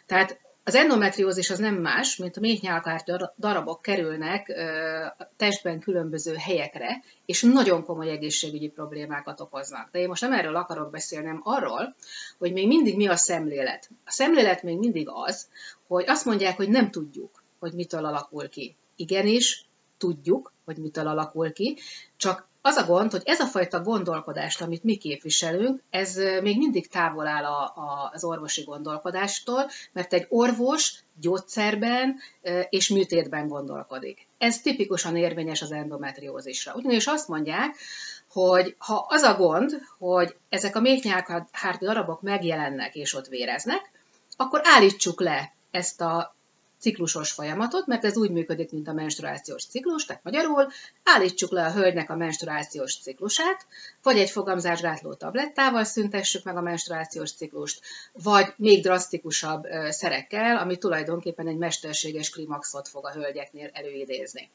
Tehát az endometriózis az nem más, mint a méhnyálkahár darabok kerülnek a testben különböző helyekre, és nagyon komoly egészségügyi problémákat okoznak. De én most nem erről akarok beszélni, hanem arról, hogy még mindig mi a szemlélet. A szemlélet még mindig az, hogy azt mondják, hogy nem tudjuk, hogy mitől alakul ki. Igenis, tudjuk, hogy mitől alakul ki, csak az a gond, hogy ez a fajta gondolkodást, amit mi képviselünk, ez még mindig távol áll az orvosi gondolkodástól, mert egy orvos gyógyszerben és műtétben gondolkodik. Ez tipikusan érvényes az endometriózisra. Ugyanis azt mondják, hogy ha az a gond, hogy ezek a méhnyálkahár darabok megjelennek és ott véreznek, akkor állítsuk le ezt a ciklusos folyamatot, mert ez úgy működik, mint a menstruációs ciklus, tehát magyarul állítsuk le a hölgynek a menstruációs ciklusát, vagy egy fogamzásgátló tablettával szüntessük meg a menstruációs ciklust, vagy még drasztikusabb szerekkel, ami tulajdonképpen egy mesterséges klimaxot fog a hölgyeknél előidézni.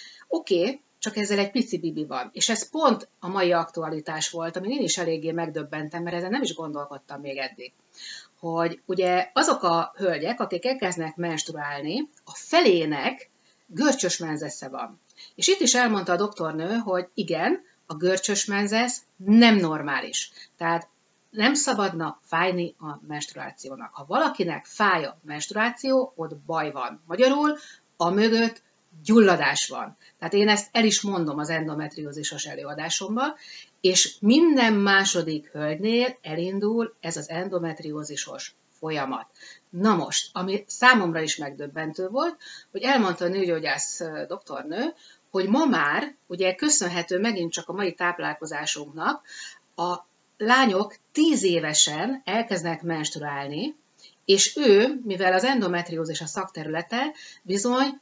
Oké, csak ezzel egy pici bibi van, és ez pont a mai aktualitás volt, amin én is eléggé megdöbbentem, mert ezen nem is gondolkodtam még eddig. Hogy ugye azok a hölgyek, akik elkezdenek menstruálni, a felének görcsös menzesze van. És itt is elmondta a doktornő, hogy igen, a görcsös menzesz nem normális. Tehát nem szabadna fájni a menstruációnak. Ha valakinek fáj a menstruáció, ott baj van. Magyarul amögött gyulladás van. Tehát én ezt el is mondom az endometriózisos előadásomban, és minden második hölgynél elindul ez az endometriózisos folyamat. Na most, ami számomra is megdöbbentő volt, hogy elmondta a nőgyógyász doktornő, hogy ma már, ugye köszönhető megint csak a mai táplálkozásunknak, a lányok 10 évesen elkezdenek menstruálni, és ő, mivel az endometriózis a szakterülete, bizony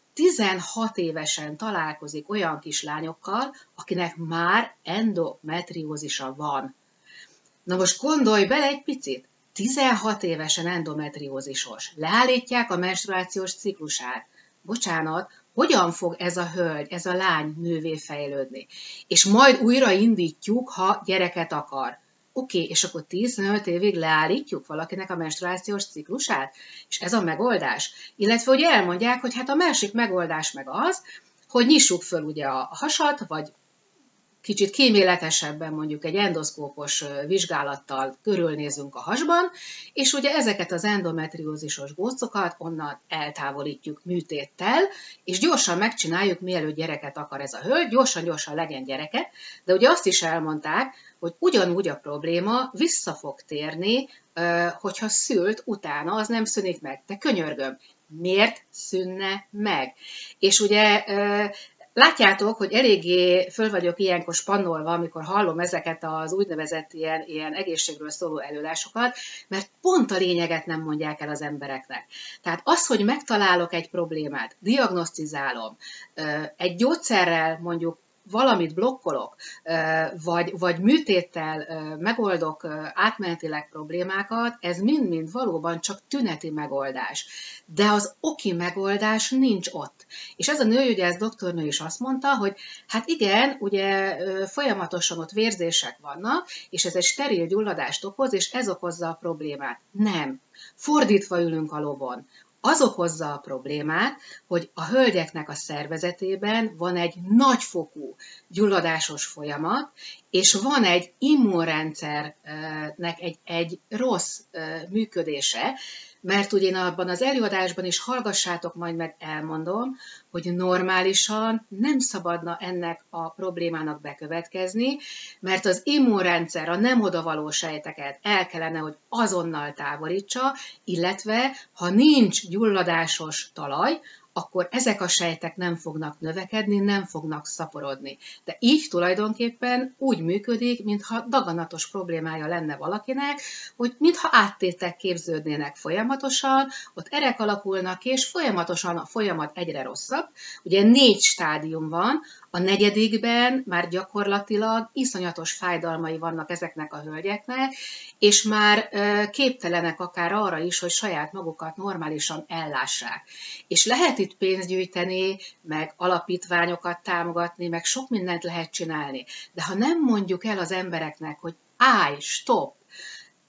16 évesen találkozik olyan kislányokkal, akinek már endometriózisa van. Na most gondolj bele egy picit, 16 évesen endometriózisos, leállítják a menstruációs ciklusát. Bocsánat, hogyan fog ez a hölgy, ez a lány nővé fejlődni? És majd újra indítjuk, ha gyereket akar. Oké, és akkor 15 évig leállítjuk valakinek a menstruációs ciklusát? És ez a megoldás? Illetve ugye elmondják, hogy hát a másik megoldás meg az, hogy nyissuk föl ugye a hasat, vagy kicsit kíméletesebben mondjuk egy endoszkópos vizsgálattal körülnézünk a hasban, és ugye ezeket az endometriózisos gócokat onnan eltávolítjuk műtéttel, és gyorsan megcsináljuk, mielőtt gyereket akar ez a hölgy, gyorsan legyen gyereke, de ugye azt is elmondták, hogy ugyanúgy a probléma vissza fog térni, hogyha szült utána, az nem szűnik meg. De könyörgöm, miért szűnne meg? És ugye látjátok, hogy eléggé föl vagyok ilyenkor spannolva, amikor hallom ezeket az úgynevezett ilyen egészségről szóló előadásokat, mert pont a lényeget nem mondják el az embereknek. Tehát az, hogy megtalálok egy problémát, diagnosztizálom, egy gyógyszerrel mondjuk valamit blokkolok, vagy műtéttel megoldok átmenetileg problémákat, ez mind-mind valóban csak tüneti megoldás. De az oki megoldás nincs ott. És ez a nőgyógyász doktornő is azt mondta, hogy hát igen, ugye folyamatosan ott vérzések vannak, és ez egy steril gyulladást okoz, és ez okozza a problémát. Nem. Fordítva ülünk a lovon. Az okozza a problémát, hogy a hölgyeknek a szervezetében van egy nagyfokú gyulladásos folyamat, és van egy immunrendszernek egy rossz működése, mert ugye én abban az előadásban is hallgassátok, majd meg elmondom, hogy normálisan nem szabadna ennek a problémának bekövetkezni, mert az immunrendszer a nem odavaló sejteket el kellene, hogy azonnal távolítsa, illetve ha nincs gyulladásos talaj, akkor ezek a sejtek nem fognak növekedni, nem fognak szaporodni. De így tulajdonképpen úgy működik, mintha daganatos problémája lenne valakinek, hogy mintha áttétek képződnének folyamatosan, ott erek alakulnak, és folyamatosan a folyamat egyre rosszabb. Ugye 4 stádium van, a 4. már gyakorlatilag iszonyatos fájdalmai vannak ezeknek a hölgyeknek, és már képtelenek akár arra is, hogy saját magukat normálisan ellássák. És lehet itt pénzt gyűjteni, meg alapítványokat támogatni, meg sok mindent lehet csinálni. De ha nem mondjuk el az embereknek, hogy állj, stop,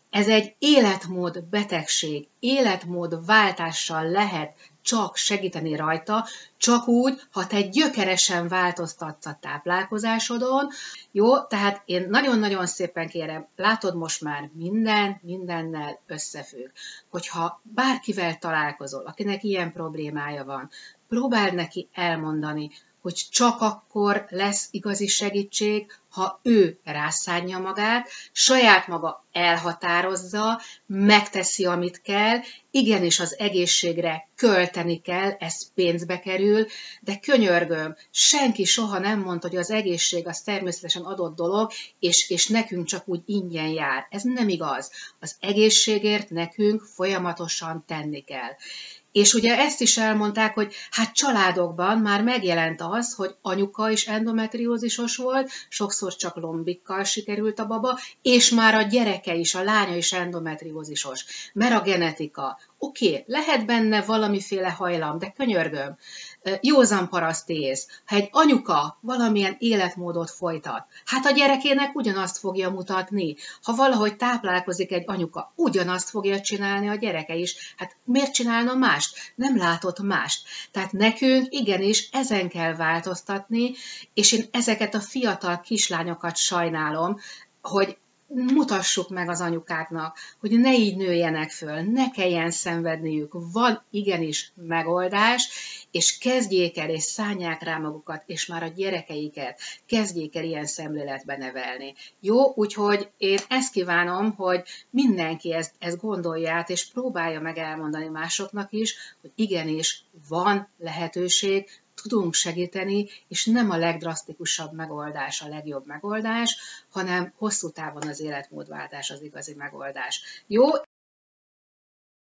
Ez egy életmód betegség, életmód váltással lehet csak segíteni rajta, csak úgy, ha te gyökeresen változtatsz a táplálkozásodon. Jó, tehát én nagyon-nagyon szépen kérem, látod, most már mindennel összefügg. Hogyha bárkivel találkozol, akinek ilyen problémája van, próbáld neki elmondani, hogy csak akkor lesz igazi segítség, ha ő rászánja magát, saját maga elhatározza, megteszi, amit kell, igenis az egészségre költeni kell, ez pénzbe kerül, de könyörgöm, senki soha nem mondta, hogy az egészség az természetesen adott dolog, és nekünk csak úgy ingyen jár. Ez nem igaz. Az egészségért nekünk folyamatosan tenni kell. És ugye ezt is elmondták, hogy hát családokban már megjelent az, hogy anyuka is endometriózisos volt, sokszor csak lombikkal sikerült a baba, és már a gyereke is, a lánya is endometriózisos, mert a genetika. Oké, lehet benne valamiféle hajlam, de könyörgöm, józan paraszt ész, ha egy anyuka valamilyen életmódot folytat, hát a gyerekének ugyanazt fogja mutatni. Ha valahogy táplálkozik egy anyuka, ugyanazt fogja csinálni a gyereke is. Hát miért csinálna mást? Nem látott mást. Tehát nekünk igenis ezen kell változtatni, és én ezeket a fiatal kislányokat sajnálom, hogy mutassuk meg az anyukáknak, hogy ne így nőjenek föl, ne kelljen szenvedniük, van igenis megoldás, és kezdjék el, és szánják rá magukat, és már a gyerekeiket kezdjék el ilyen szemléletbe nevelni. Jó, úgyhogy én ezt kívánom, hogy mindenki ezt gondolja át, és próbálja meg elmondani másoknak is, hogy igenis van lehetőség, tudunk segíteni, és nem a legdrasztikusabb megoldás a legjobb megoldás, hanem hosszú távon az életmódváltás az igazi megoldás. Jó,